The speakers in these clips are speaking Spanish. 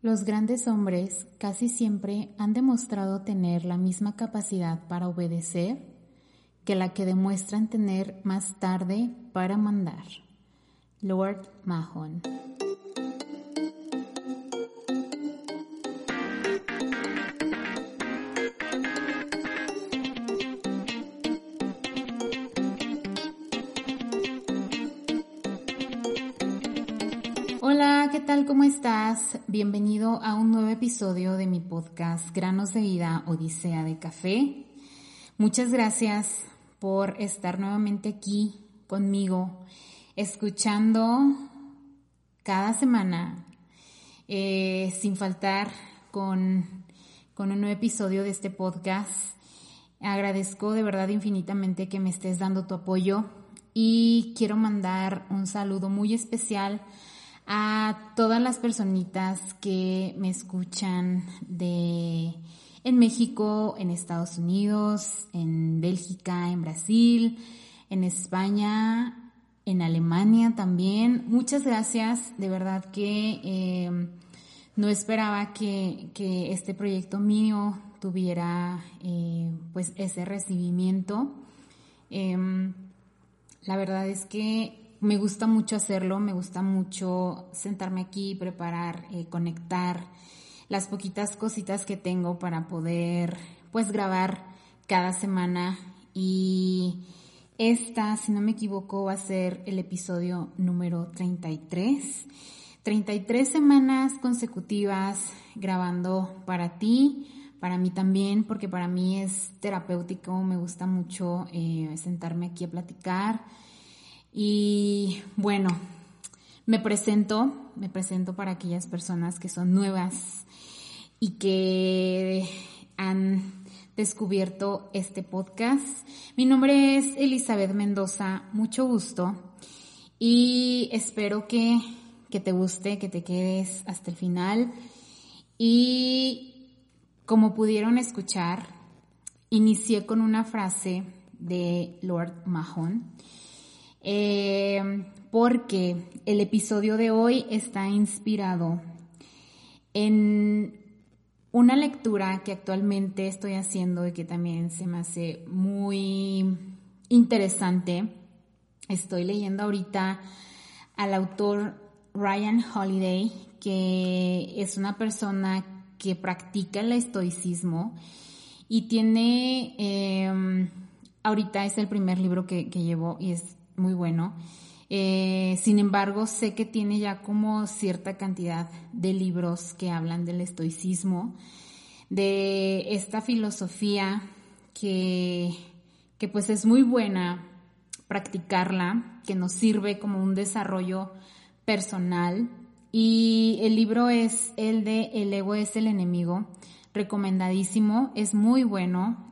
Los grandes hombres casi siempre han demostrado tener la misma capacidad para obedecer que la que demuestran tener más tarde para mandar. Lord Mahon. Hola, ¿qué tal? ¿Cómo estás? Bienvenido a un nuevo episodio de mi podcast Granos de Vida, Odisea de Café. Muchas gracias por estar nuevamente aquí conmigo, escuchando cada semana, sin faltar con un nuevo episodio de este podcast. Agradezco de verdad infinitamente que me estés dando tu apoyo y quiero mandar un saludo muy especial a todas las personitas que me escuchan en México, en Estados Unidos, en Bélgica, en Brasil, en España, en Alemania también. Muchas gracias, de verdad que no esperaba que este proyecto mío tuviera pues ese recibimiento. La verdad es que me gusta mucho hacerlo, me gusta mucho sentarme aquí, preparar, conectar las poquitas cositas que tengo para poder pues grabar cada semana, y esta, si no me equivoco, va a ser el episodio número 33. 33 semanas consecutivas grabando para ti, para mí también, porque para mí es terapéutico, me gusta mucho sentarme aquí a platicar. Y bueno, me presento para aquellas personas que son nuevas y que han descubierto este podcast. Mi nombre es Elizabeth Mendoza, mucho gusto, y espero que te guste, que te quedes hasta el final. Y como pudieron escuchar, inicié con una frase de Lord Mahon, porque el episodio de hoy está inspirado en una lectura que actualmente estoy haciendo y que también se me hace muy interesante. Estoy leyendo ahorita al autor Ryan Holiday, que es una persona que practica el estoicismo y tiene, ahorita es el primer libro que llevo y es muy bueno. Sin embargo, sé que tiene ya como cierta cantidad de libros que hablan del estoicismo, de esta filosofía que pues es muy buena practicarla, que nos sirve como un desarrollo personal. Y el libro es el de El ego es el enemigo, recomendadísimo, es muy bueno.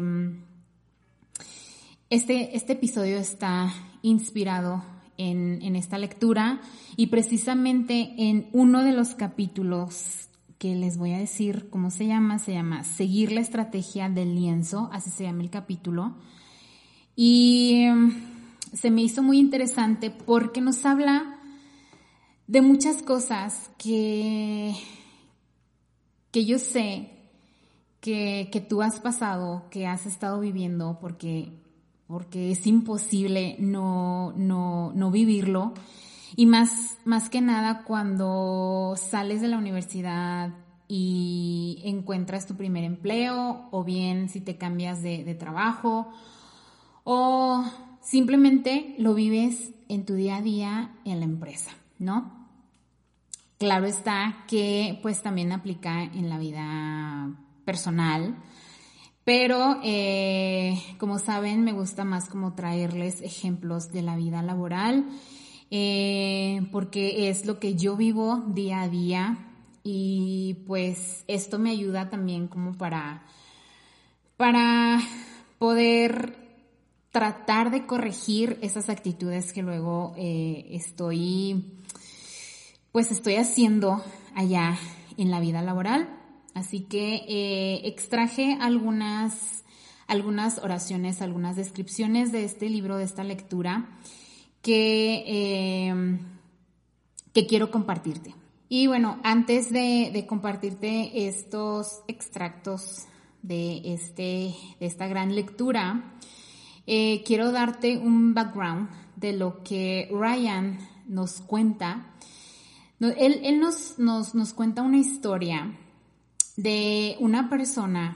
Este episodio está inspirado en esta lectura y precisamente en uno de los capítulos que les voy a decir cómo se llama Seguir la estrategia del lienzo, así se llama el capítulo. Y se me hizo muy interesante porque nos habla de muchas cosas que yo sé que tú has pasado, que has estado viviendo, porque es imposible no vivirlo, y más que nada cuando sales de la universidad y encuentras tu primer empleo, o bien si te cambias de trabajo, o simplemente lo vives en tu día a día en la empresa, ¿no? Claro está que pues también aplica en la vida personal. Pero, como saben, me gusta más como traerles ejemplos de la vida laboral, porque es lo que yo vivo día a día, y pues esto me ayuda también como para poder tratar de corregir esas actitudes que luego estoy haciendo allá en la vida laboral. Así que extraje algunas oraciones, algunas descripciones de este libro, de esta lectura, que quiero compartirte. Y bueno, antes de compartirte estos extractos de esta gran lectura, quiero darte un background de lo que Ryan nos cuenta. Él nos cuenta una historia de una persona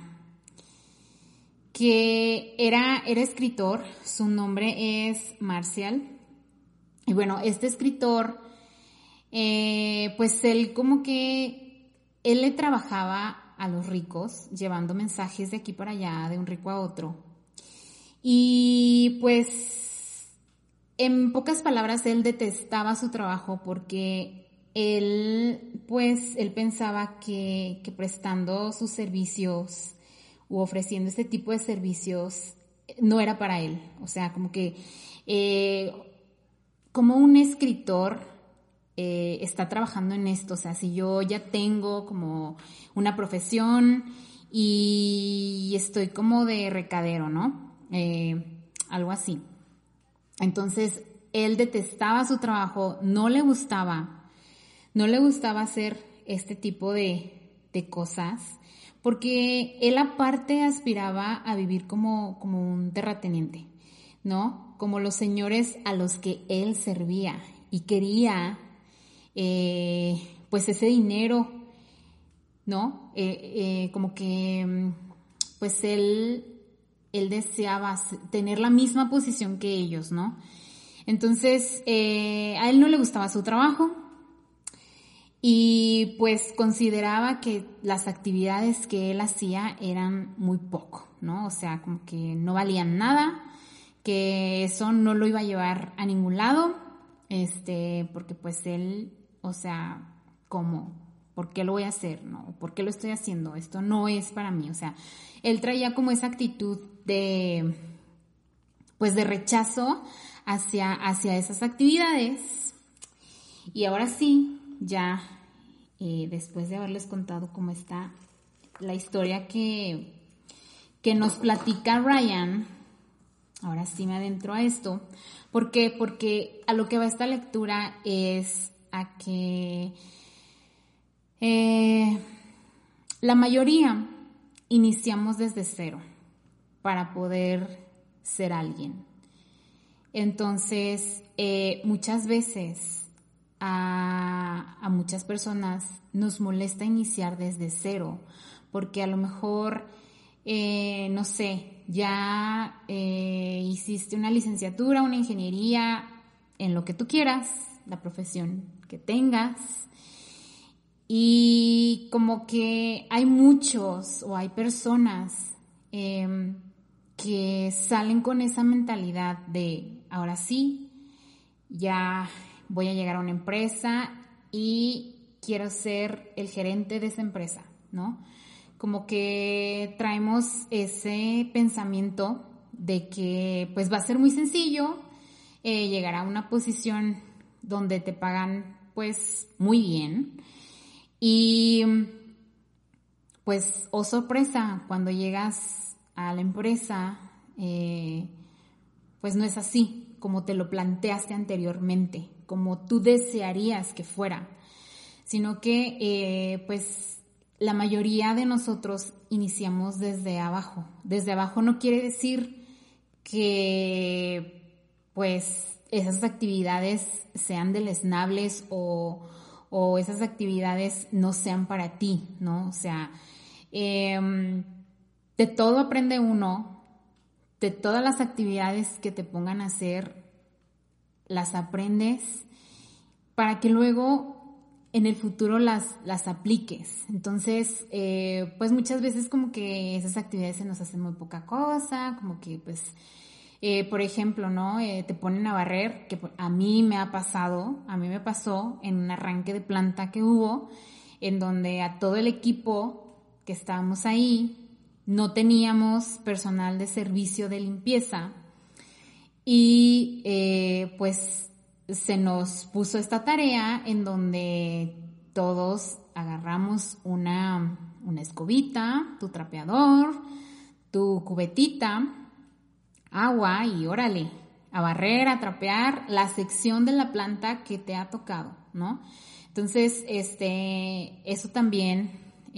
que era escritor. Su nombre es Marcial. Y bueno, este escritor, pues él le trabajaba a los ricos, llevando mensajes de aquí para allá, de un rico a otro. Y pues, en pocas palabras, él detestaba su trabajo porque él pensaba que prestando sus servicios u ofreciendo este tipo de servicios no era para él. O sea, como un escritor está trabajando en esto. O sea, si yo ya tengo como una profesión y estoy como de recadero, ¿no? Algo así. Entonces, él detestaba su trabajo, no le gustaba hacer este tipo de cosas, porque él aparte aspiraba a vivir como un terrateniente, ¿no? Como los señores a los que él servía, y quería pues ese dinero, ¿no? Pues él deseaba tener la misma posición que ellos, ¿no? Entonces, a él no le gustaba su trabajo y pues consideraba que las actividades que él hacía eran muy poco, ¿no? O sea, como que no valían nada, que eso no lo iba a llevar a ningún lado, porque pues él, o sea, ¿cómo? ¿Por qué lo voy a hacer? ¿No? ¿Por qué lo estoy haciendo? Esto no es para mí. O sea, él traía como esa actitud de rechazo hacia esas actividades. Y ahora sí, ya después de haberles contado cómo está la historia que nos platica Ryan, ahora sí me adentro a esto. ¿Por qué? Porque a lo que va esta lectura es a que la mayoría iniciamos desde cero para poder ser alguien. Entonces, muchas veces a muchas personas nos molesta iniciar desde cero, porque a lo mejor, no sé, ya hiciste una licenciatura, una ingeniería, en lo que tú quieras, la profesión que tengas, y como que hay muchos o hay personas que salen con esa mentalidad de ahora sí, ya voy a llegar a una empresa y quiero ser el gerente de esa empresa, ¿no? Como que traemos ese pensamiento de que pues va a ser muy sencillo llegar a una posición donde te pagan pues muy bien. Y pues, oh sorpresa, cuando llegas a la empresa, pues no es así como te lo planteaste anteriormente, como tú desearías que fuera, sino que pues la mayoría de nosotros iniciamos desde abajo. Desde abajo no quiere decir que pues esas actividades sean deleznables o esas actividades no sean para ti, ¿no? O sea, de todo aprende uno, de todas las actividades que te pongan a hacer, las aprendes para que luego en el futuro las apliques. Entonces, pues muchas veces como que esas actividades se nos hacen muy poca cosa, como que pues... por ejemplo, ¿no? Te ponen a barrer, que a mí me pasó en un arranque de planta que hubo, en donde a todo el equipo que estábamos ahí no teníamos personal de servicio de limpieza y pues se nos puso esta tarea en donde todos agarramos una escobita, tu trapeador, tu cubetita, agua y órale, a barrer, a trapear la sección de la planta que te ha tocado, ¿no? Entonces, eso también,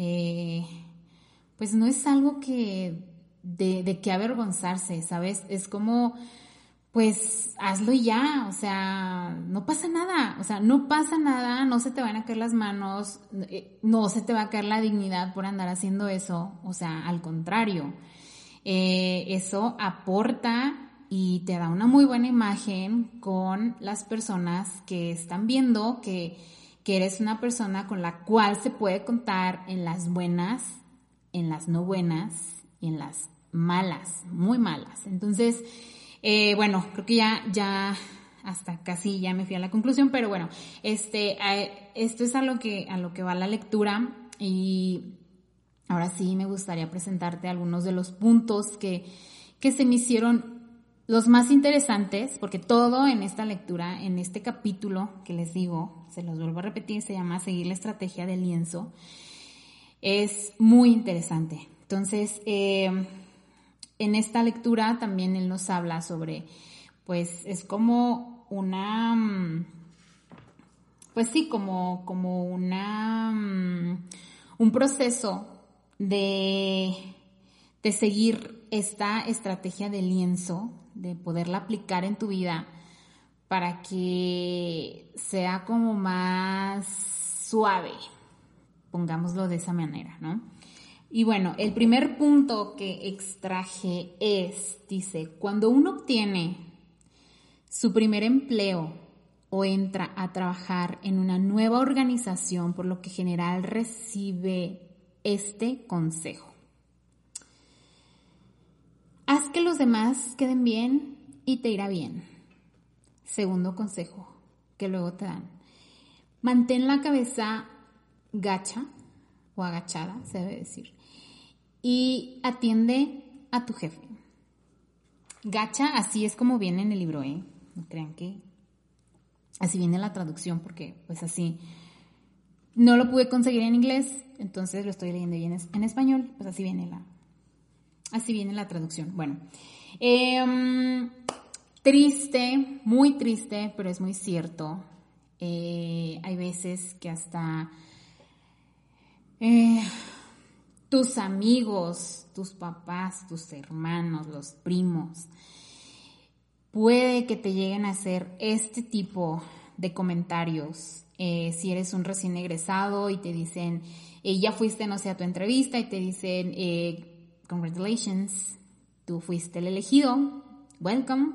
pues no es algo de que avergonzarse, ¿sabes? Es como, pues hazlo ya, o sea, no pasa nada, no se te van a caer las manos, no se te va a caer la dignidad por andar haciendo eso, o sea, al contrario, eso aporta y te da una muy buena imagen con las personas que están viendo que eres una persona con la cual se puede contar en las buenas, en las no buenas y en las malas, muy malas. Entonces, bueno, creo que ya hasta casi ya me fui a la conclusión, pero bueno, esto es a lo que va la lectura, y ahora sí me gustaría presentarte algunos de los puntos que se me hicieron los más interesantes, porque todo en esta lectura, en este capítulo que les digo, se los vuelvo a repetir, se llama Seguir la estrategia del lienzo, es muy interesante. Entonces, en esta lectura también él nos habla sobre, pues es como una, pues sí, como un proceso de seguir esta estrategia del lienzo, de poderla aplicar en tu vida para que sea como más suave, pongámoslo de esa manera, ¿no? Y bueno, el primer punto que extraje dice, cuando uno obtiene su primer empleo o entra a trabajar en una nueva organización, por lo que general recibe este consejo: haz que los demás queden bien y te irá bien. Segundo consejo que luego te dan: mantén la cabeza gacha o agachada, se debe decir, y atiende a tu jefe. Gacha, así es como viene en el libro, no crean que así viene la traducción, porque pues así no lo pude conseguir en inglés, entonces lo estoy leyendo bien en español, pues así viene la traducción. Bueno, triste, muy triste, pero es muy cierto. Hay veces que hasta tus amigos, tus papás, tus hermanos, los primos, puede que te lleguen a hacer este tipo de comentarios. Si eres un recién egresado y te dicen, ya fuiste, no sé, a tu entrevista, y te dicen, congratulations, tú fuiste el elegido, welcome.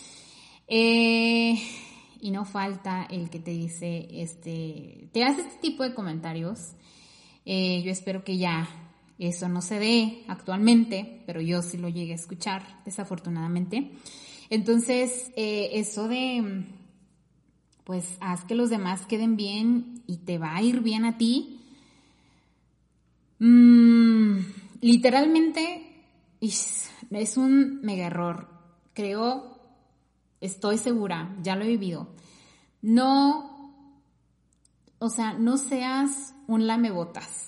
Y no falta el que te dice, te hace este tipo de comentarios. Yo espero que ya eso no se dé actualmente, pero yo sí lo llegué a escuchar, desafortunadamente. Entonces, eso de, pues, haz que los demás queden bien y te va a ir bien a ti. Literalmente es un mega error. Estoy segura, ya lo he vivido. No seas un lamebotas.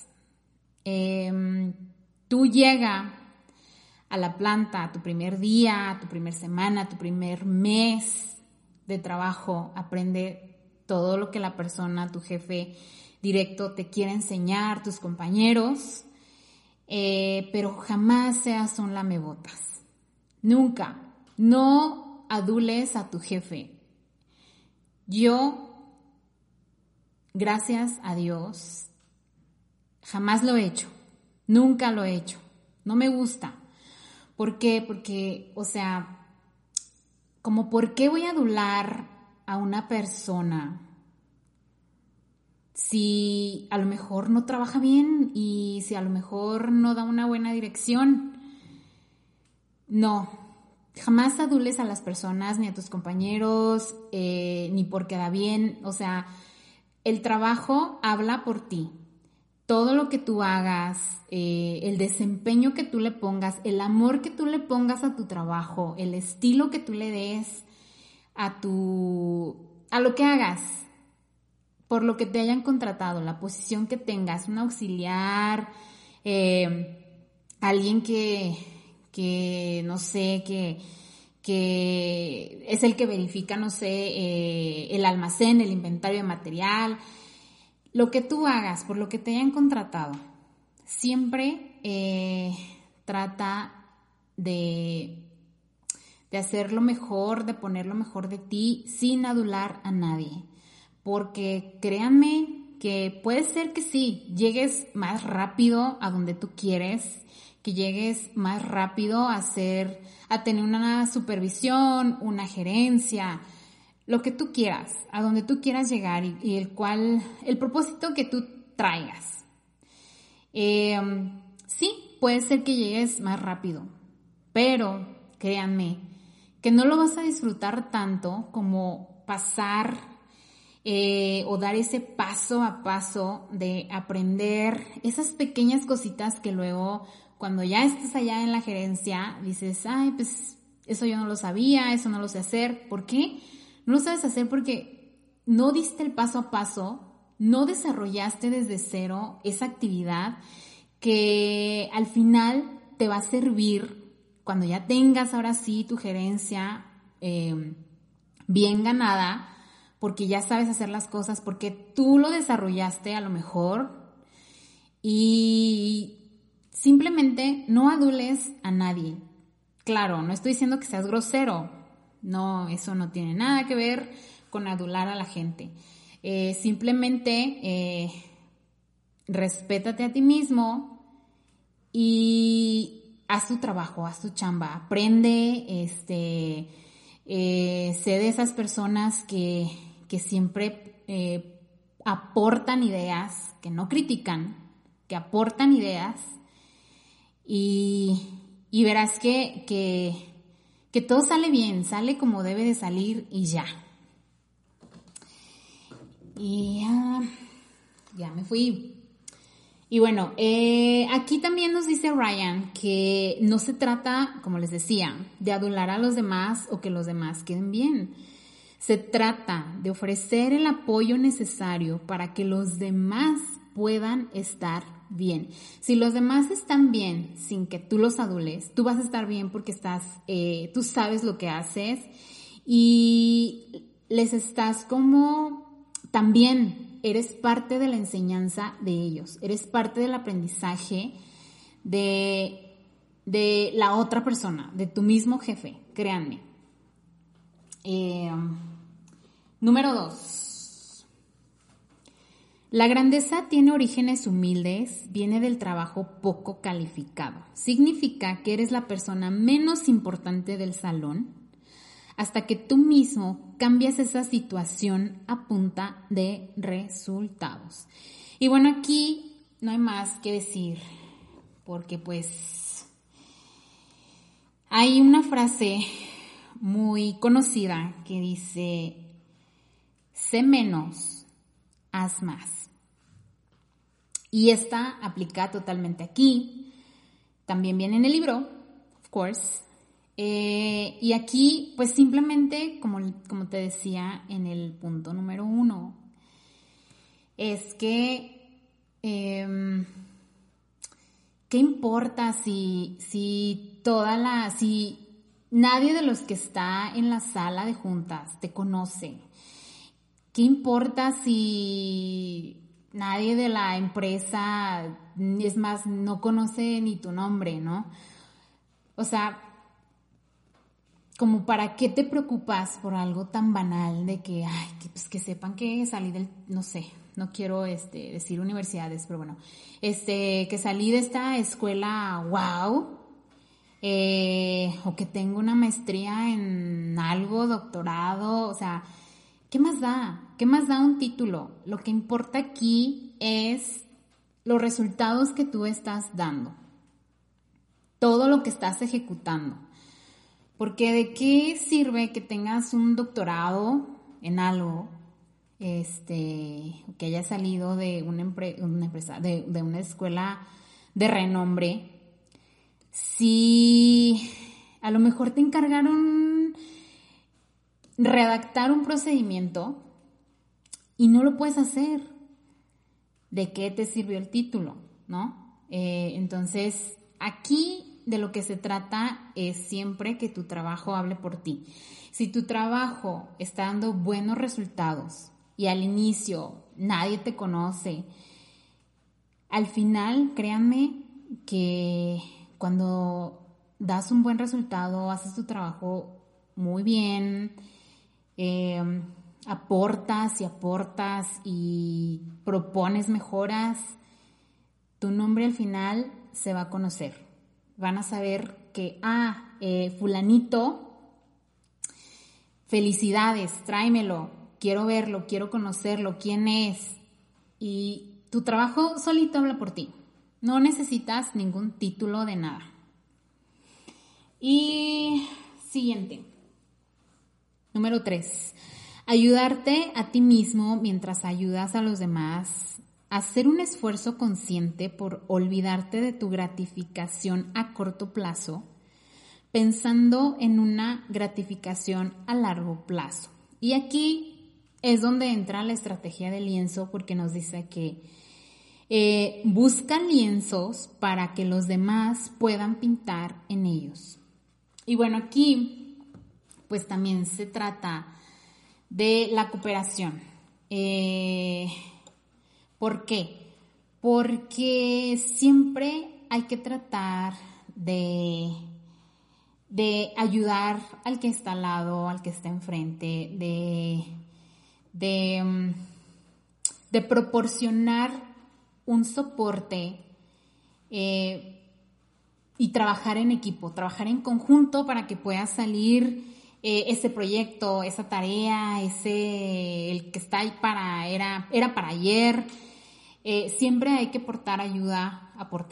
Tú llega a la planta, a tu primer día, a tu primer semana, a tu primer mes de trabajo, aprende todo lo que la persona, tu jefe directo te quiere enseñar, tus compañeros, pero jamás seas un lamebotas. Nunca. No adules a tu jefe. Yo, gracias a Dios, jamás lo he hecho. Nunca lo he hecho. No me gusta. ¿Por qué? Porque, como ¿por qué voy a adular a una persona si a lo mejor no trabaja bien y si a lo mejor no da una buena dirección? No, jamás adules a las personas, ni a tus compañeros, ni porque da bien. El trabajo habla por ti. Todo lo que tú hagas, el desempeño que tú le pongas, el amor que tú le pongas a tu trabajo, el estilo que tú le des a lo que hagas, por lo que te hayan contratado, la posición que tengas, un auxiliar, alguien que no sé, que es el que verifica, no sé, el almacén, el inventario de material. lo que tú hagas, por lo que te hayan contratado, siempre trata de hacer lo mejor, de poner lo mejor de ti sin adular a nadie. Porque créanme que puede ser que sí, llegues más rápido a donde tú quieres, que llegues más rápido a tener una supervisión, una gerencia, lo que tú quieras, a donde tú quieras llegar y el propósito que tú traigas. Sí, puede ser que llegues más rápido, pero créanme que no lo vas a disfrutar tanto como pasar o dar ese paso a paso de aprender esas pequeñas cositas que luego cuando ya estás allá en la gerencia dices, ay, pues eso yo no lo sabía, eso no lo sé hacer. ¿Por qué? No lo sabes hacer porque no diste el paso a paso, no desarrollaste desde cero esa actividad que al final te va a servir cuando ya tengas ahora sí tu gerencia bien ganada, porque ya sabes hacer las cosas, porque tú lo desarrollaste a lo mejor y simplemente no adules a nadie. Claro, no estoy diciendo que seas grosero, no, eso no tiene nada que ver con adular a la gente. Simplemente respétate a ti mismo y haz tu trabajo, haz tu chamba, aprende, sé de esas personas que siempre aportan ideas, que no critican, que aportan ideas y verás que todo sale bien, sale como debe de salir y ya. Y ya me fui. Y bueno, aquí también nos dice Ryan que no se trata, como les decía, de adular a los demás o que los demás queden bien. Se trata de ofrecer el apoyo necesario para que los demás puedan estar bien. Si los demás están bien sin que tú los adules, tú vas a estar bien porque tú sabes lo que haces y les estás como también eres parte de la enseñanza de ellos, eres parte del aprendizaje de la otra persona, de tu mismo jefe, créanme. Número 2. La grandeza tiene orígenes humildes, viene del trabajo poco calificado. Significa que eres la persona menos importante del salón hasta que tú mismo cambias esa situación a punta de resultados. Y bueno, aquí no hay más que decir, porque pues hay una frase muy conocida que dice, sé menos, haz más. Y esta aplica totalmente aquí. También viene en el libro, of course. Y aquí, pues simplemente, como te decía en el punto número 1, es que ¿qué importa si nadie de los que está en la sala de juntas te conoce? ¿Qué importa si nadie de la empresa, es más, no conoce ni tu nombre, ¿no? O sea, como para qué te preocupas por algo tan banal de que, que sepan que salí no sé, no quiero decir universidades, pero bueno, que salí de esta escuela, wow, o que tengo una maestría en algo, doctorado, o sea, ¿qué más da? ¿Qué más da un título? Lo que importa aquí es los resultados que tú estás dando, todo lo que estás ejecutando. Porque ¿de qué sirve que tengas un doctorado en algo, que haya salido de una empresa, de una escuela de renombre, si a lo mejor te encargaron redactar un procedimiento y no lo puedes hacer? ¿De qué te sirvió el título, no? Entonces, aquí de lo que se trata es siempre que tu trabajo hable por ti. Si tu trabajo está dando buenos resultados, y al inicio nadie te conoce, al final, créanme que cuando das un buen resultado, haces tu trabajo muy bien, aportas y propones mejoras, tu nombre al final se va a conocer. Van a saber que, fulanito, felicidades, tráemelo, quiero verlo, quiero conocerlo, quién es. Y tu trabajo solito habla por ti. No necesitas ningún título de nada. Y siguiente. Número 3. Ayudarte a ti mismo mientras ayudas a los demás. Hacer un esfuerzo consciente por olvidarte de tu gratificación a corto plazo, pensando en una gratificación a largo plazo. Y aquí es donde entra la estrategia del lienzo, porque nos dice que buscan lienzos para que los demás puedan pintar en ellos. Y bueno, aquí pues también se trata de la cooperación. ¿Por qué? Porque siempre hay que tratar de ayudar al que está al lado, al que está enfrente, de proporcionar un soporte y trabajar en equipo, trabajar en conjunto para que pueda salir ese proyecto, esa tarea, el que está ahí era para ayer. Siempre hay que aportar ayuda,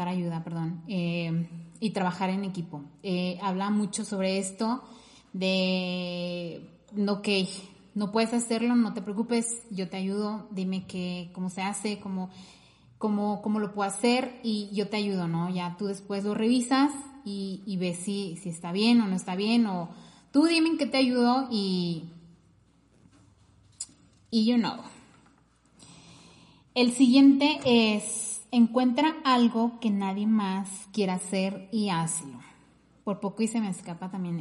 y trabajar en equipo. Habla mucho sobre esto de, ok, no puedes hacerlo, no te preocupes, yo te ayudo, dime cómo se hace, cómo lo puedo hacer y yo te ayudo, ¿no? Ya tú después lo revisas y ves si está bien o no está bien, o tú dime en qué te ayudo y El siguiente es, encuentra algo que nadie más quiera hacer y hazlo. Por poco y se me escapa también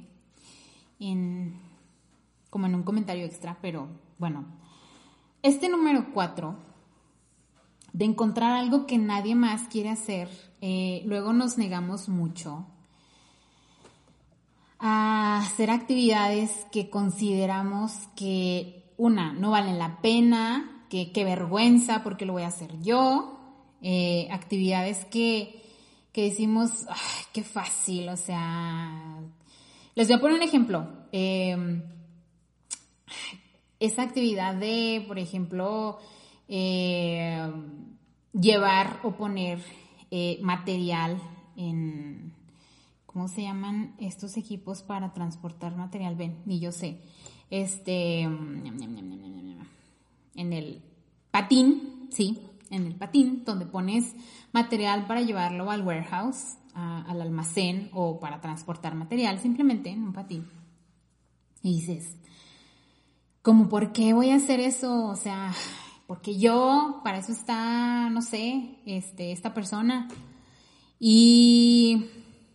como en un comentario extra, pero bueno. Este número 4, de encontrar algo que nadie más quiere hacer, luego nos negamos mucho a hacer actividades que consideramos que, no valen la pena, que qué vergüenza, porque lo voy a hacer yo. Actividades que decimos, ay, qué fácil, o sea, les voy a poner un ejemplo. Esa actividad de, por ejemplo, llevar o poner material en, ¿cómo se llaman estos equipos para transportar material? Ven, ni yo sé. En el patín, sí, en el patín, donde pones material para llevarlo al warehouse, al almacén, o para transportar material, simplemente en un patín. Y dices, ¿cómo por qué voy a hacer eso? O sea, porque para eso está, no sé, esta persona. Y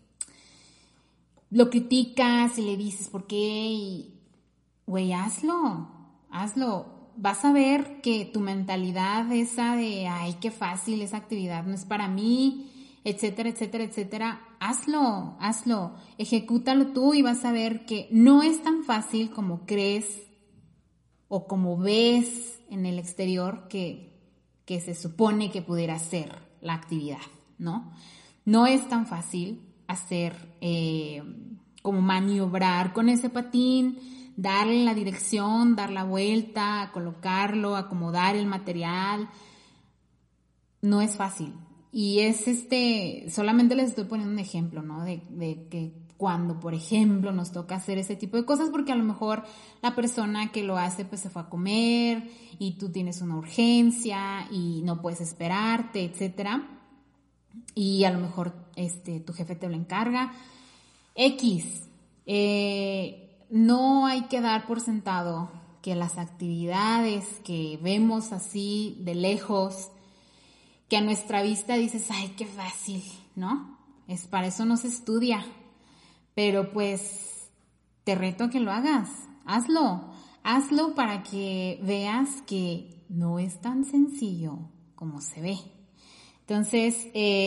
lo criticas y le dices, ¿por qué? Y, güey, hazlo. Vas a ver que tu mentalidad esa de, ay, qué fácil, esa actividad no es para mí, etcétera, etcétera, etcétera. Hazlo. Ejecútalo tú y vas a ver que no es tan fácil como crees o como ves en el exterior que se supone que pudiera ser la actividad, ¿no? No es tan fácil hacer, como maniobrar con ese patín, darle la dirección, dar la vuelta, colocarlo, acomodar el material. No es fácil. Y es solamente les estoy poniendo un ejemplo, ¿no? De que cuando, por ejemplo, nos toca hacer ese tipo de cosas, porque a lo mejor la persona que lo hace pues se fue a comer y tú tienes una urgencia y no puedes esperarte, etcétera. Y a lo mejor tu jefe te lo encarga. No hay que dar por sentado que las actividades que vemos así de lejos, que a nuestra vista dices, ay, qué fácil, ¿no? Para eso no se estudia. Pero pues te reto a que lo hagas. Hazlo hazlo para que veas que no es tan sencillo como se ve. Entonces,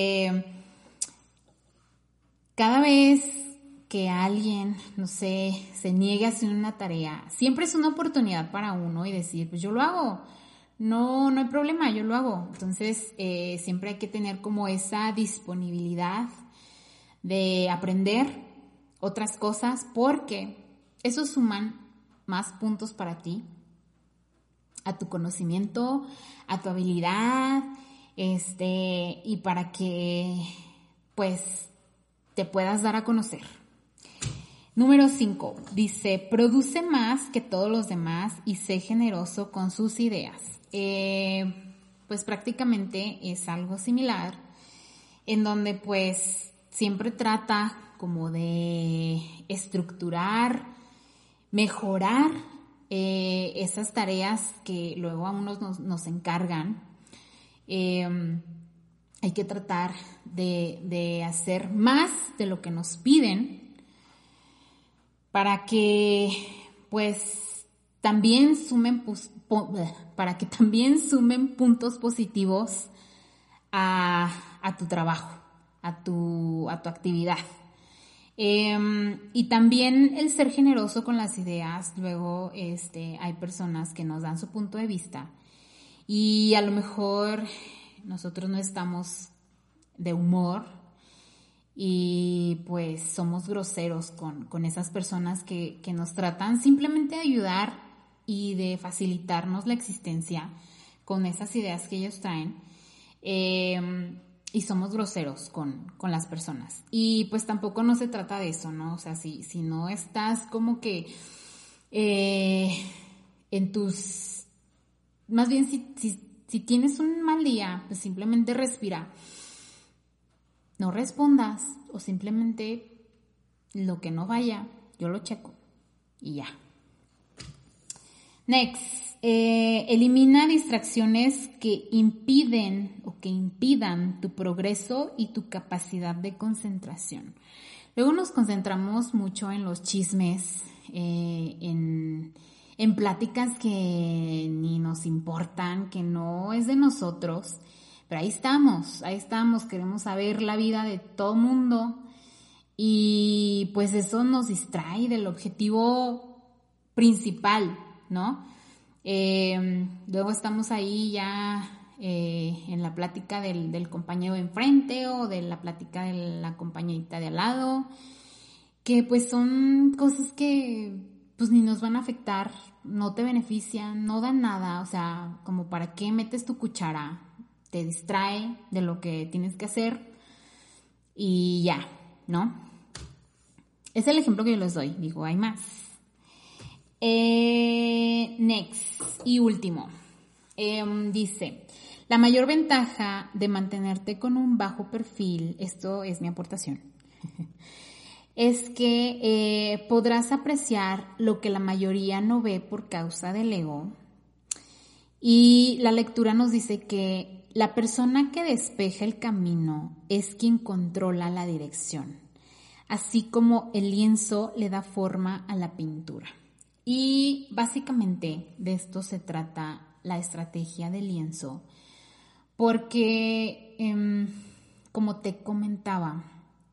cada vez que alguien, no sé, se niegue a hacer una tarea, siempre es una oportunidad para uno y decir, pues yo lo hago, no hay problema, yo lo hago. Entonces, siempre hay que tener como esa disponibilidad de aprender otras cosas, porque eso suman más puntos para ti, a tu conocimiento, a tu habilidad, y para que pues te puedas dar a conocer. Número 5, dice, produce más que todos los demás y sé generoso con sus ideas. Pues prácticamente es algo similar, en donde pues siempre trata como de estructurar, mejorar esas tareas que luego a unos nos encargan. Hay que tratar de hacer más de lo que nos piden para que pues también sumen puntos positivos a tu trabajo, a tu actividad. Y también el ser generoso con las ideas. Luego hay personas que nos dan su punto de vista y a lo mejor nosotros no estamos de humor y pues somos groseros con esas personas que nos tratan simplemente de ayudar y de facilitarnos la existencia con esas ideas que ellos traen. Y somos groseros con las personas. Y pues tampoco no se trata de eso, ¿no? O sea, si no estás como que en tus... Más bien, si tienes un mal día, pues simplemente respira. No respondas o simplemente lo que no vaya, yo lo checo y ya. Next. Elimina distracciones que impiden o que impidan tu progreso y tu capacidad de concentración. Luego nos concentramos mucho en los chismes, en pláticas que ni nos importan, que no es de nosotros, pero ahí estamos, queremos saber la vida de todo mundo y pues eso nos distrae del objetivo principal, ¿no? Luego estamos ahí ya en la plática del compañero de enfrente o de la plática de la compañerita de al lado, que pues son cosas que pues ni nos van a afectar, no te benefician, no dan nada, o sea, como para qué metes tu cuchara, te distrae de lo que tienes que hacer y ya, ¿no? Es el ejemplo que yo les doy, digo, hay más. Next y último, dice, la mayor ventaja de mantenerte con un bajo perfil, esto es mi aportación, es que podrás apreciar lo que la mayoría no ve por causa del ego. Y la lectura nos dice que la persona que despeja el camino es quien controla la dirección, así como el lienzo le da forma a la pintura. Y básicamente de esto se trata la estrategia del lienzo, porque como te comentaba,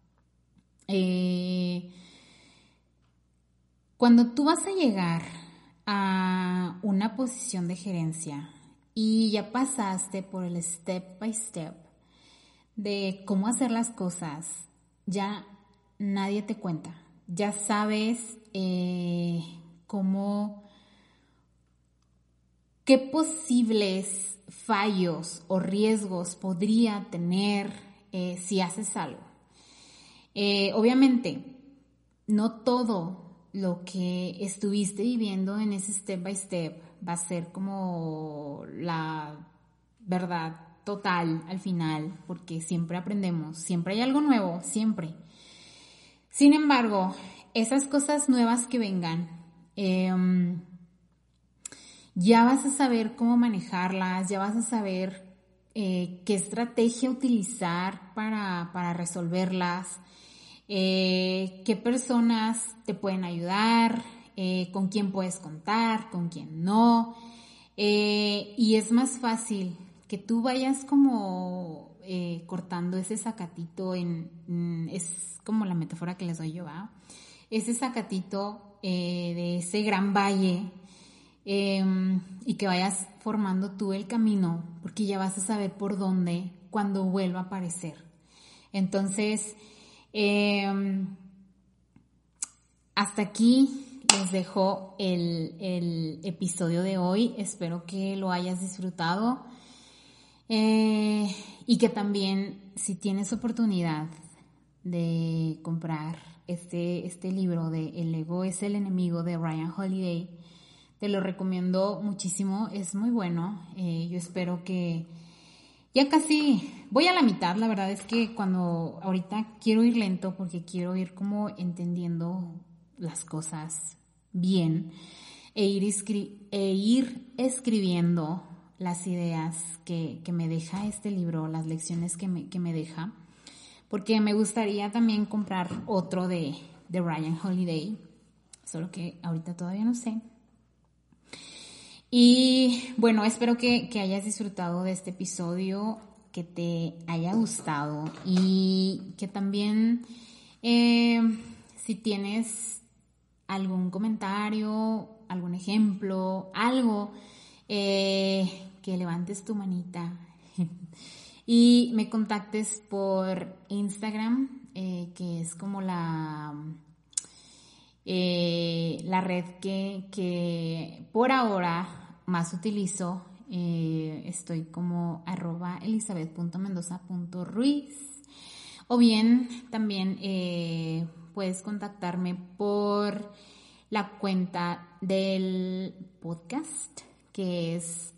cuando tú vas a llegar a una posición de gerencia y ya pasaste por el step by step de cómo hacer las cosas, ya nadie te cuenta, ya sabes qué posibles fallos o riesgos podría tener si haces algo. Obviamente, no todo lo que estuviste viviendo en ese step by step va a ser como la verdad total al final, porque siempre aprendemos, siempre hay algo nuevo, siempre. Sin embargo, esas cosas nuevas que vengan, ya vas a saber cómo manejarlas, ya vas a saber qué estrategia utilizar para resolverlas, qué personas te pueden ayudar, con quién puedes contar, con quién no. Y es más fácil que tú vayas como cortando ese zacatito es como la metáfora que les doy yo, ¿va? Ese zacatito de ese gran valle, y que vayas formando tú el camino, porque ya vas a saber por dónde cuando vuelva a aparecer. Entonces, hasta aquí les dejo el episodio de hoy. Espero que lo hayas disfrutado, y que también, si tienes oportunidad de comprar este libro de El ego es el enemigo de Ryan Holiday, te lo recomiendo muchísimo, es muy bueno. Yo espero que ya casi voy a la mitad. La verdad es que ahorita quiero ir lento porque quiero ir como entendiendo las cosas bien e ir escribiendo las ideas que me deja este libro, las lecciones que me deja, porque me gustaría también comprar otro de Ryan Holiday, solo que ahorita todavía no sé. Y bueno, espero que hayas disfrutado de este episodio, que te haya gustado, y que también si tienes algún comentario, algún ejemplo, algo, que levantes tu manita y me contactes por Instagram, que es como la red que por ahora más utilizo. Estoy como @elizabeth.mendoza.ruiz, o bien también puedes contactarme por la cuenta del podcast, que es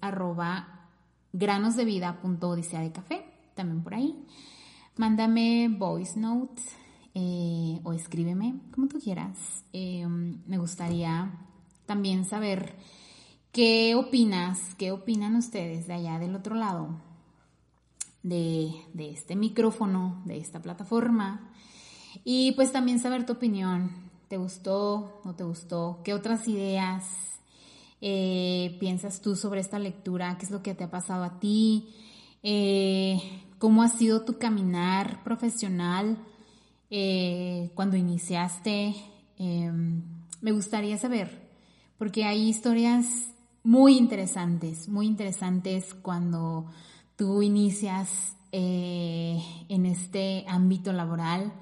@granosdevida.odiseadecafé, también por ahí. Mándame voice notes o escríbeme, como tú quieras. Me gustaría también saber qué opinan ustedes de allá del otro lado de este micrófono, de esta plataforma, y pues también saber tu opinión. ¿Te gustó? ¿No te gustó? ¿Qué otras ideas piensas tú sobre esta lectura? ¿Qué es lo que te ha pasado a ti? ¿Cómo ha sido tu caminar profesional cuando iniciaste? Me gustaría saber, porque hay historias muy interesantes cuando tú inicias en este ámbito laboral.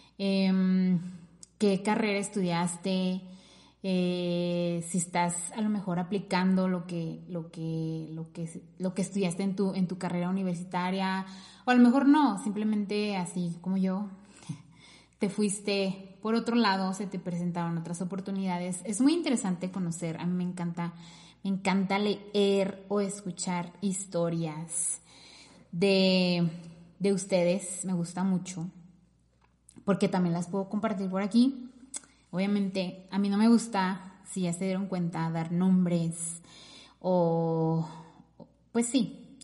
¿Qué carrera estudiaste? Si estás a lo mejor aplicando lo que estudiaste en tu carrera universitaria, o a lo mejor no, simplemente así como yo, te fuiste por otro lado, se te presentaron otras oportunidades. Es muy interesante conocer. A mí me encanta leer o escuchar historias de ustedes. Me gusta mucho, porque también las puedo compartir por aquí. Obviamente, a mí no me gusta, si ya se dieron cuenta, dar nombres o pues sí,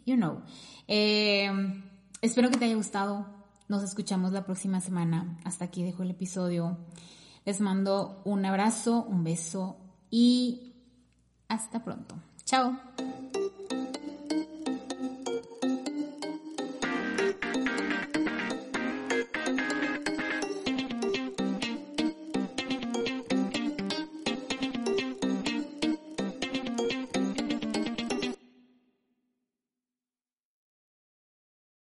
espero que te haya gustado. Nos escuchamos la próxima semana. Hasta aquí dejo el episodio. Les mando un abrazo, un beso y hasta pronto. Chao.